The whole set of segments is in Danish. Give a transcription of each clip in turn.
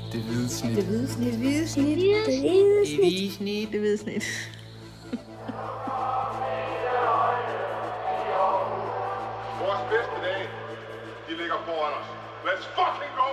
Det hvide snit. Det hvide snit. Det hvide snit. Det hvide snit. Det hvide snit. Det hvide snit. Vores bedste dage, de ligger foran os. Let's fucking go,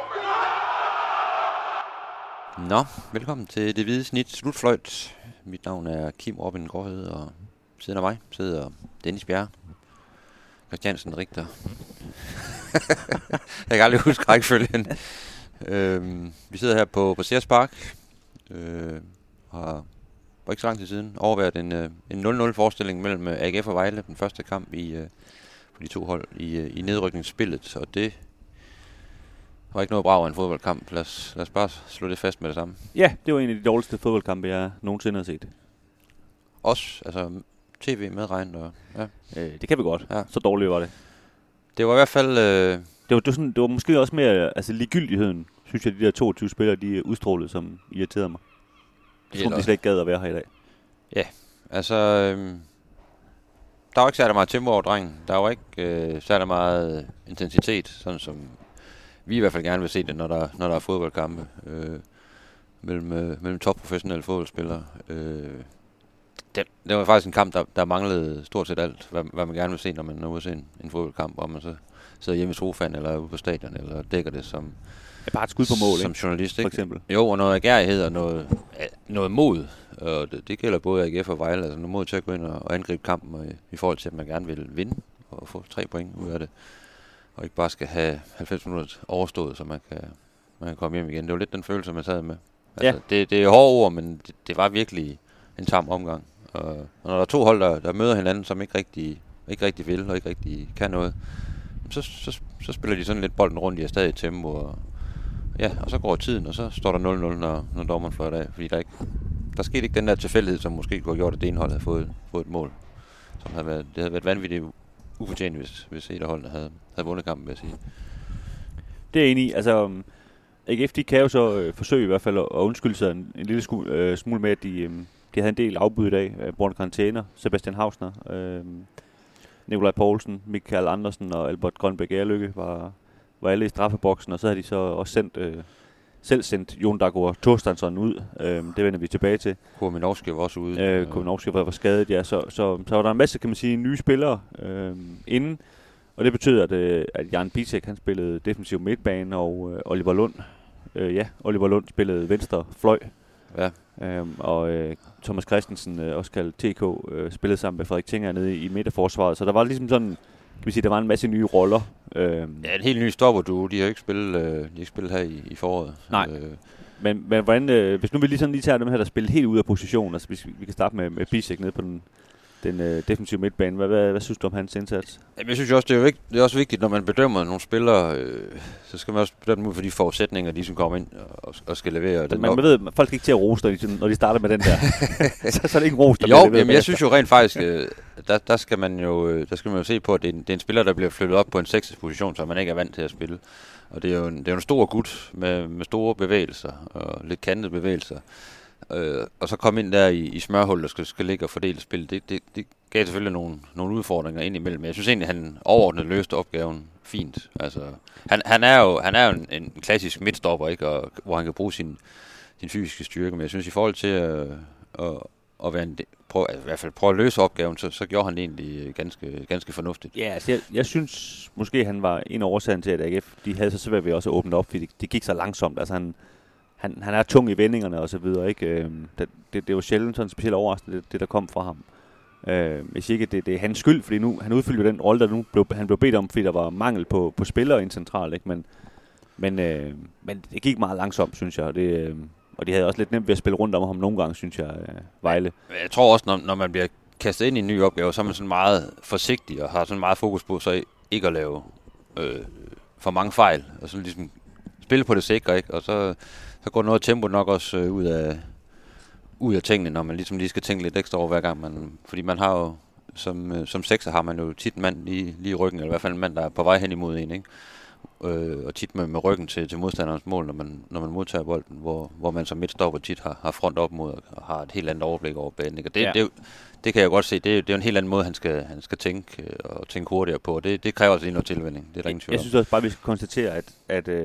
man! Nå, velkommen til Det Hvide Snit Slutfløjt. Mit navn er Kim Robin Gårdhed, og siden af mig sidder Dennis Bjerre, Christiansen Richter. Jeg kan aldrig huske rækkefølgen. Vi sidder her på Sears Park, har for ikke så lang tid siden overværet en 0-0 forestilling mellem AGF og Vejle, den første kamp på de to hold i nedrykningsspillet, og det var ikke noget brav af en fodboldkamp. Lad os bare slå det fast med det samme. Ja, det var en af de dårligste fodboldkampe, jeg nogensinde har set. Også, altså tv medregnet, og ja. Det kan vi godt. Ja. Så dårligt var det. Det var i hvert fald... Det var måske også mere ligegyldigheden, synes jeg, de der 22 spillere, de udstrålede, som irriterede mig. Jeg tror, de slet ikke gad at være her i dag. Ja, altså... der var ikke særlig meget tempo over drengen. Der var ikke særlig meget intensitet, sådan som vi i hvert fald gerne vil se det, når der er fodboldkampe mellem topprofessionelle fodboldspillere. Det var faktisk en kamp, der manglede stort set alt, hvad man gerne vil se, når man er ude at se en fodboldkamp, om man så sidder hjemme i sofaen, eller ude på stadion, eller dækker det som... Bare et skud på mål, som journalist, ikke? For eksempel. Jo, og noget agerighed og noget mod. Og det gælder både AGF og Vejle, altså noget mod til at gå ind og angribe kampen, og i forhold til, at man gerne vil vinde og få 3 point ud af det. Og ikke bare skal have 90 minutter overstået, så man kan komme hjem igen. Det var lidt den følelse, man sad med. Altså, ja. Det er hårde ord, men det var virkelig en tam omgang. Og når der er to hold, der møder hinanden, som ikke rigtig vil og ikke rigtig kan noget, så spiller de sådan lidt bolden rundt i stadig tempo. Og så går tiden, og så står der 0-0, når dommeren fløjter af. Fordi der skete ikke den der tilfældighed, som måske kunne have gjort, at det ene hold havde fået et mål. Det havde været vanvittigt ufortjent, hvis et af holdene havde vundet kampen, vil jeg sige. Det er enig i. Altså, AGF, de kan jo så forsøge i hvert fald at undskylde sig en lille smule med, at de havde en del afbud i dag. Borne Karantæner, Sebastian Hausner, Nikolaj Poulsen, Michael Andersen og Albert Grønbæk Erlykke var alle i straffeboksen, og så havde de så også sendt Jon Dagur Torstensson ud. Det vender vi tilbage til. Kurminovski var også ude. Kurminovski var skadet, ja. Så var der en masse, kan man sige, nye spillere inden. Og det betød, at Jan Pisek, han spillede defensiv midtbane, og Oliver Lund spillede venstre fløj. Ja. Og Thomas Christensen, også kaldet TK, spillede sammen med Frederik Tinger nede i midterforsvaret. Så der var ligesom sådan, kan vi sige, der var en masse nye roller. Ja, en helt ny stopperduo. De har ikke spillet her i foråret. Nej. Men hvordan, hvis nu vi lige tager dem her, der spiller helt ud af position, altså hvis vi kan starte med Bisek nede på den defensive midtbane. Hvad synes du om hans indsats? Jamen, jeg synes også, det er også vigtigt, når man bedømmer nogle spillere, så skal man også bedømme dem ud for de forudsætninger, de som kommer ind og skal levere. Man ved, folk skal ikke til at rose, når de starter med den der. så er det ikke ros, der bliver leveret. Jeg synes jo rent faktisk, der skal man jo se på, at det er en spiller, der bliver flyttet op på en 6. position, så man ikke er vant til at spille. Og det er jo en stor gut med store bevægelser og lidt kantede bevægelser. Og så komme ind der i smørhul, der skal ligge og fordele spil. Det gav selvfølgelig nogle udfordringer ind imellem. Men jeg synes egentlig, han overordnet løste opgaven fint. Altså, han er jo en klassisk midtstopper, ikke? Og, hvor han kan bruge sin fysiske styrke. Men jeg synes, i forhold til at være i hvert fald prøve at løse opgaven, så gjorde han det egentlig ganske fornuftigt. Ja, altså jeg synes måske, han var en af årsagen til, at AGF de havde så svært ved også at åbne op, fordi det gik så langsomt. Altså han er tung i vendingerne og så videre, ikke? Det var sjældent sådan specielt overraskende, det der kom fra ham. Jeg siger ikke, at det er hans skyld, fordi nu han udfyldte den rolle, der han blev bedt om, fordi der var mangel på spillere ind centralt, ikke? Men det gik meget langsomt, synes jeg. Og de havde også lidt nemt ved at spille rundt om ham nogle gange, synes jeg, Vejle. Jeg tror også, når man bliver kastet ind i en ny opgave, så er man sådan meget forsigtig og har sådan meget fokus på så ikke at lave for mange fejl, og sådan ligesom spille på det sikre, ikke? Og så går noget tempo nok også ud af tingene, når man ligesom lige skal tænke lidt ekstra over hver gang. Fordi man har jo, som sekser har man jo tit en mand lige i ryggen, eller i hvert fald en mand, der er på vej hen imod en, ikke? Og tit med ryggen til modstanderens mål, når man modtager bolden, hvor man som midtstopper tit har front op mod og har et helt andet overblik over banen, ikke? Og det kan jeg godt se, det er jo en helt anden måde, han skal tænke hurtigere på. Det kræver altså lige noget tilvænning, det er der ingen tvivl om. Jeg synes også bare, vi skal konstatere,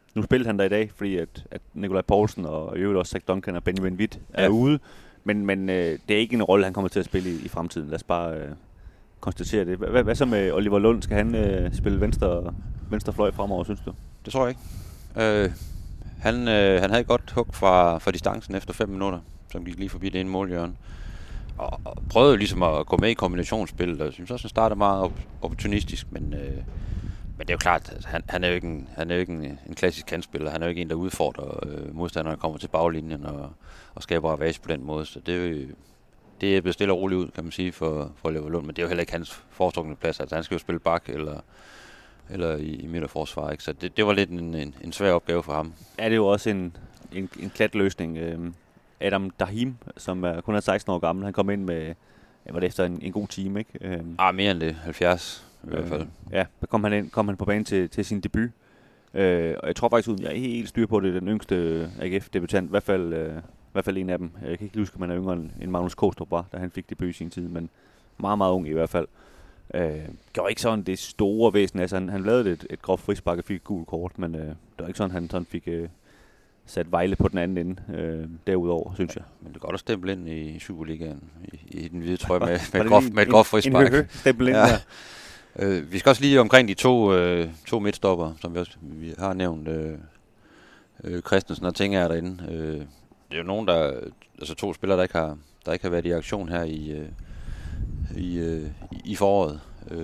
Nu spillede han der i dag, fordi at Nikolaj Poulsen og i øvrigt også Zach Duncan og Benjamin Witt er ude. Men det er ikke en rolle, han kommer til at spille i fremtiden. Lad os bare konstatere det. Hvad så med Oliver Lund? Skal han spille venstre fløj fremover, synes du? Det tror jeg ikke. Han havde et godt hug fra distancen efter 5 minutter, som gik lige forbi det ene målhjørne. Og prøvede ligesom at gå med i kombinationsspil. Jeg synes også, han startede meget opportunistisk, men det er jo klart, at han er jo ikke en klassisk kantspiller. Han er jo ikke en, der udfordrer modstanderne, kommer til baglinjen og skaber ravage på den måde. Så det er blevet stille og roligt ud, kan man sige, for Oliver Lund. Men det er jo heller ikke hans foretrukne plads. Altså, han skal jo spille bak eller i midterforsvar, ikke? Så det var lidt en svær opgave for ham. Ja, det er jo også en klat løsning. Adam Dahim, som kun er 16 år gammel, han kom ind med, var det efter en god time, ikke? Mere end det, 70 i hvert fald. Ja, så kom han på banen til sin debut. Og jeg tror faktisk, uden jeg er helt styr på det, den yngste AGF-debutant, i hvert fald en af dem. Jeg kan ikke huske, at man er yngre end Magnus Kåstrup var, da han fik debut i sin tid, men meget, meget ung i hvert fald. Gjorde ikke sådan det store væsen. Altså, han lavede et groft frispark og fik et gult kort, men det var ikke sådan, han sådan fik sat Vejle på den anden ende derudover, synes jeg. Men det er godt at stemple ind i Superligaen i den hvide trøje med et groft frispark. Stemple ind der. Vi skal også lige omkring de to midtstopper, som vi har nævnt. Christensen og Tinger er derinde. Det er jo nogen, altså 2 spillere, der ikke har været i aktion her i foråret,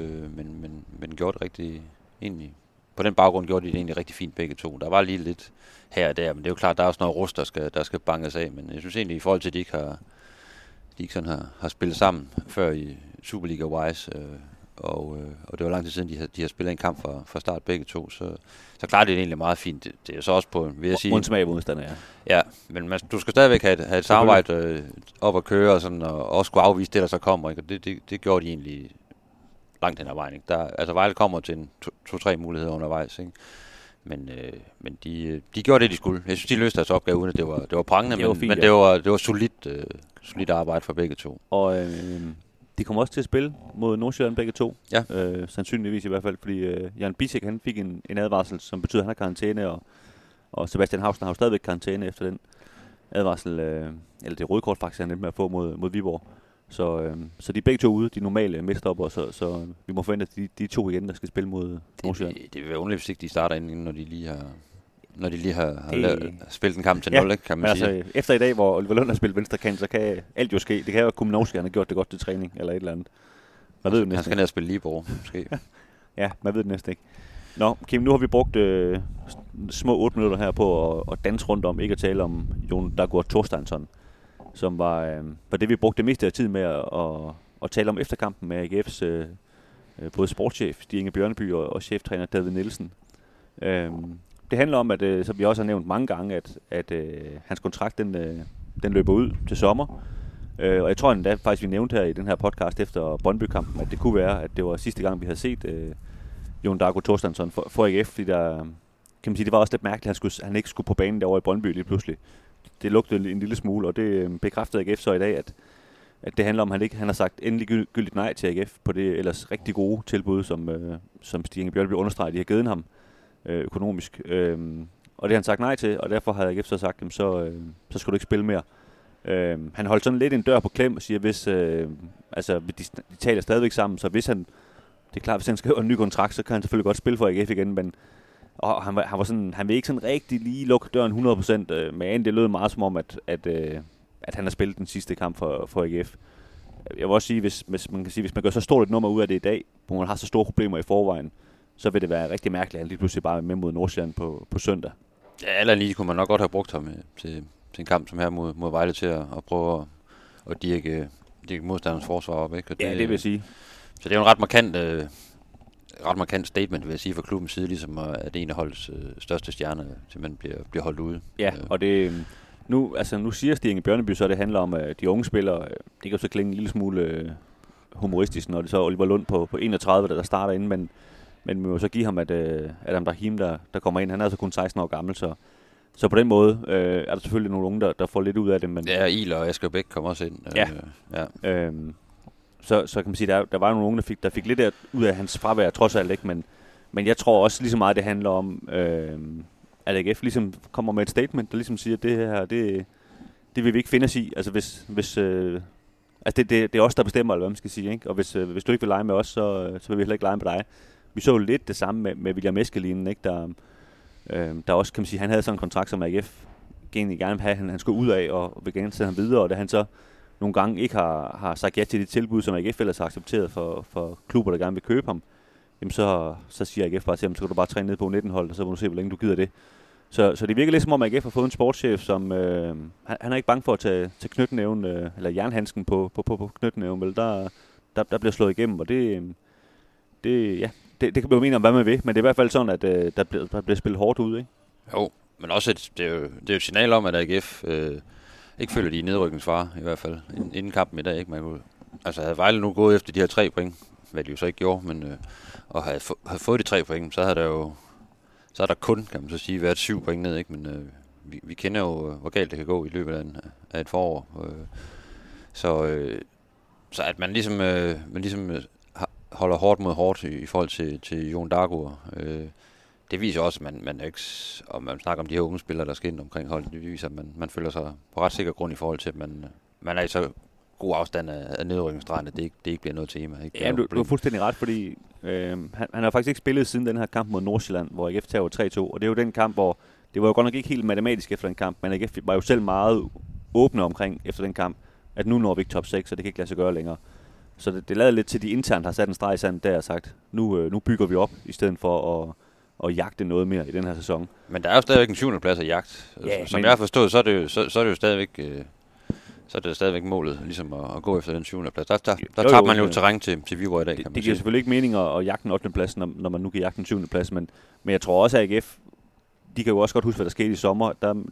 men gjorde det rigtig, egentlig, på den baggrund gjorde de det egentlig rigtig fint begge to. Der var lige lidt her og der, men det er jo klart, der er også noget rust, der skal banges af, men jeg synes egentlig, i forhold til, at de ikke sådan har spillet sammen før i Superliga-wise, og det var lang tid siden, de har spillet en kamp fra start begge to, så klarer det egentlig meget fint. Det er så også på, vil jeg sige... Uden smag modstander, ja. Ja, men du skal stadigvæk have et samarbejde op at køre, og, sådan, og også kunne afvise det, der så kommer, ikke? Og det gjorde de egentlig langt hen ad vejen, ikke? Altså Vejle kommer til en 2-3 muligheder undervejs, ikke? Men de gjorde det, de skulle. Jeg synes, de løste deres opgave, uden at det var prangende, men det var solidt arbejde for begge to. Og de kommer også til at spille mod Nordsjælland begge to. Ja. Sandsynligvis i hvert fald, fordi Jan Bisek, han fik en advarsel, som betyder, at han har karantæne, og Sebastian Hausner har jo stadigvæk karantæne efter den advarsel, eller det røde kort faktisk, han endte med at få mod Viborg. Så de er begge to ude, de normale midtstopper, så vi må forvente, at de 2 igen, der skal spille mod Nordsjælland. Det vil være underligt, hvis ikke de starter inden, når de lige har spillet en kamp til 0, kan man sige. Altså, efter i dag, hvor Oliver Lund har spillet venstrekant, så kan alt jo ske. Det kan jo, at Kuminovski har gjort det godt til træning, eller et eller andet. Man ved han skal ned og spille Libor, måske. Ja, man ved det næsten ikke. Nå, Kim, nu har vi brugt små 8 minutter her på at danse rundt om, ikke at tale om Jon Dagur Thorsteinsson, som var det, vi brugte det meste af tid med at tale om efterkampen med AGF's både sportschef Stig Inge Bjørneby og cheftræner David Nielsen. Det handler om, at som vi også har nævnt mange gange, at hans kontrakt den løber ud til sommer. Og jeg tror endda faktisk, vi nævnte her i den her podcast efter Brøndby-kampen, at det kunne være, at det var sidste gang, vi havde set Jon Dagur Thorsteinsson for AGF, fordi der, kan man sige, det var også lidt mærkeligt, at han ikke skulle på banen derovre i Brøndby lige pludselig. Det lugtede en lille smule, og det bekræftede AGF så i dag, at det handler om, at han har sagt endelig gyldigt nej til AGF på det ellers rigtig gode tilbud, som Stig Inge Bjørneby understreger, de har givet ham økonomisk. Og det har han sagt nej til, og derfor har AGF så sagt, så skal du ikke spille mere. Han holdt sådan lidt en dør på klem og siger, hvis de taler stadigvæk sammen, så hvis han, det er klart, hvis han skriver en ny kontrakt, så kan han selvfølgelig godt spille for AGF igen, men han var sådan, han vil ikke sådan rigtig lige lukke døren 100%, men det lød meget som om, at han har spillet den sidste kamp for AGF. Jeg vil også sige, hvis man gør så stort et nummer ud af det i dag, hvor man har så store problemer i forvejen, så vil det være rigtig mærkeligt, at han lige pludselig bare er med mod Nordsjælland på søndag. Ja, eller lige kunne man nok godt have brugt ham til en kamp som her mod Vejle til at prøve at dirke modstanderens forsvar op, ikke? Og ja, det vil jeg sige. Så det er jo en ret markant statement, vil jeg sige, fra klubbens side, ligesom at en af holdets største stjerner simpelthen bliver holdt ude. Ja, og det nu siger Stig Inge Bjørneby så, at det handler om, at de unge spillere, det kan jo så klinge en lille smule humoristisk, når det så er Oliver Lund på 31, der starter inden, men vi må så give ham, at Adam Dahim, der kommer ind, han er altså kun 16 år gammel, så på den måde er der selvfølgelig nogle unge, der får lidt ud af det. Men ja, Iler og Asger Bæk kommer også ind. Ja. Så kan man sige, der var nogle unge, der fik lidt ud af hans fravær, trods alt ikke, men jeg tror også lige så meget, det handler om, at AGF ligesom kommer med et statement, der ligesom siger, at det her, det vil vi ikke finde os i. Altså hvis det er os, der bestemmer, eller hvad man skal sige, ikke? Og hvis du ikke vil lege med os, så vil vi heller ikke lege med dig. Vi så jo lidt det samme med William Eskelinen, ikke? Der også, kan man sige, han havde sådan en kontrakt, som AGF egentlig gerne vil have, han skulle ud af, og vil gerne sende ham videre, og da han så nogle gange ikke har sagt ja til de tilbud, som AGF ellers har accepteret for klubber, der gerne vil købe ham, jamen så siger AGF bare til ham, så kan du bare træne ned på 19-holdet, og så må du se, hvor længe du gider det. Så det virker lidt som om, AGF har fået en sportschef, som han er ikke bange for at tage knytnæven, eller jernhandsken på knytnæven, vel? Der bliver slået igennem, og det kan man jo mene om, hvad man vil, men det er i hvert fald sådan, at der bliver spillet hårdt ud, ikke? Jo, men også det er jo et signal om, at AGF ikke føler de nedrykningsfare, i hvert fald inden kampen i dag. Ikke? Man kunne, altså havde Vejle nu gået efter de her 3 point, hvad de jo så ikke gjorde, men og havde fået de 3 point, så havde der kun, kan man så sige, været 7 point ned, ikke? Men vi kender jo, hvor galt det kan gå i løbet af et forår. Så at man ligesom holder hårdt mod hårdt i forhold til Jon Dagur. Det viser også, at man ikke, og man snakker om de her unge spillere, der skal ind omkring holdet, det viser, at man føler sig på ret sikker grund i forhold til, at man er i så god afstand af nedrykningsstregen, at det ikke bliver noget tema. Ikke? Ja, du har fuldstændig ret, fordi han har faktisk ikke spillet siden den her kamp mod Nordsjælland, hvor AGF tager 3-2, og det er jo den kamp, hvor det var jo godt nok ikke helt matematisk efter den kamp, men AGF var jo selv meget åbne omkring efter den kamp, at nu når vi ikke top 6, så det kan ikke lade sig gøre længere. Så det lader lidt til, de internt har sat en streg i sandet der og sagt, nu bygger vi op, i stedet for at jagte noget mere i den her sæson. Men der er jo stadigvæk en 7. plads at jagt. Ja, som jeg har forstået, så er det jo stadigvæk... Så er det stadigvæk målet, ligesom at gå efter den 7. plads. Der tabte man jo terræn til Viborg i dag, kan man det giver selvfølgelig ikke mening at jagte den 8. plads, når man nu kan jagte den 7. plads, men jeg tror også, at AGF, de kan jo også godt huske, hvad der skete i sommer.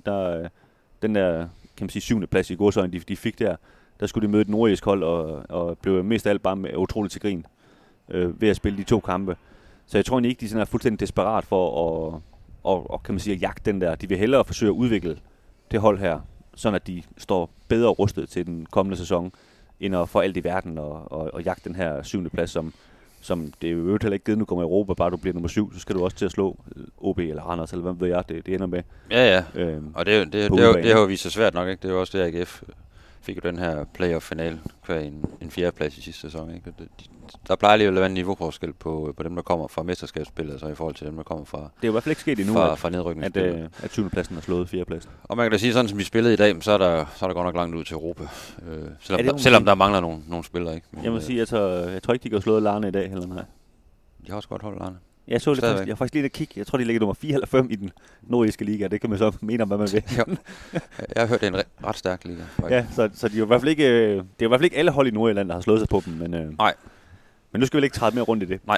Den der, kan man sige, 7. plads i godsøjne, de fik der skulle de møde et nordjysk hold, og blev mest af alt bare med utroligt til grin ved at spille de 2 kampe. Så jeg tror ikke, de sådan er fuldstændig desperat for at kan man sige, at jagte den der. De vil hellere forsøge at udvikle det hold her, sådan at de står bedre rustet til den kommende sæson, end at få alt i verden og jagte den her 7. plads, som det er jo heller ikke givet, nu kommer i Europa, bare du bliver nummer 7, så skal du også til at slå OB eller Randers, eller hvad ved jeg, det ender med. Ja, og det har jo vist sig svært nok, ikke? Det er jo også det, AGF fik jo den her playoff-final hver en 4. plads i sidste sæson, ikke? Der plejer lige at være en niveauforskel på dem, der kommer fra mesterskabsspillet, så i forhold til dem, der kommer fra... Det er jo i hvert fald ikke sket endnu, fra at 7. pladsen har slået 4. pladsen. Og man kan da sige, sådan som vi spillede i dag, så er der godt nok langt ud til Europa. Selvom der mangler nogle spillere, ikke? Men, jeg må sige, jeg tror ikke, de kan slå Larne i dag heller, nej. De har også godt holdt Larne. Jeg så det faktisk, jeg har faktisk lige et kig. Jeg tror, de ligger nummer 4 eller 5 i den nordiske liga. Det kan man så mene om, hvad man vil. Jeg har hørt, det er en ret stærk liga. Faktisk. Ja, så de er jo i hvert fald ikke, det er i hvert fald ikke alle hold i Nordjylland, der har slået sig på dem. Men, nej. Men nu skal vi ikke træde mere rundt i det. Nej.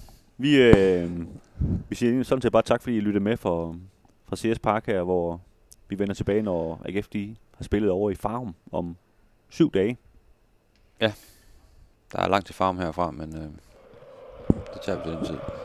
Vi siger sådan set bare tak, fordi I lyttede med fra CS Park her, hvor vi vender tilbage, når AGF har spillet over i Farum om 7 dage. Ja, der er langt til Farum herfra, men det tager vi til den tid.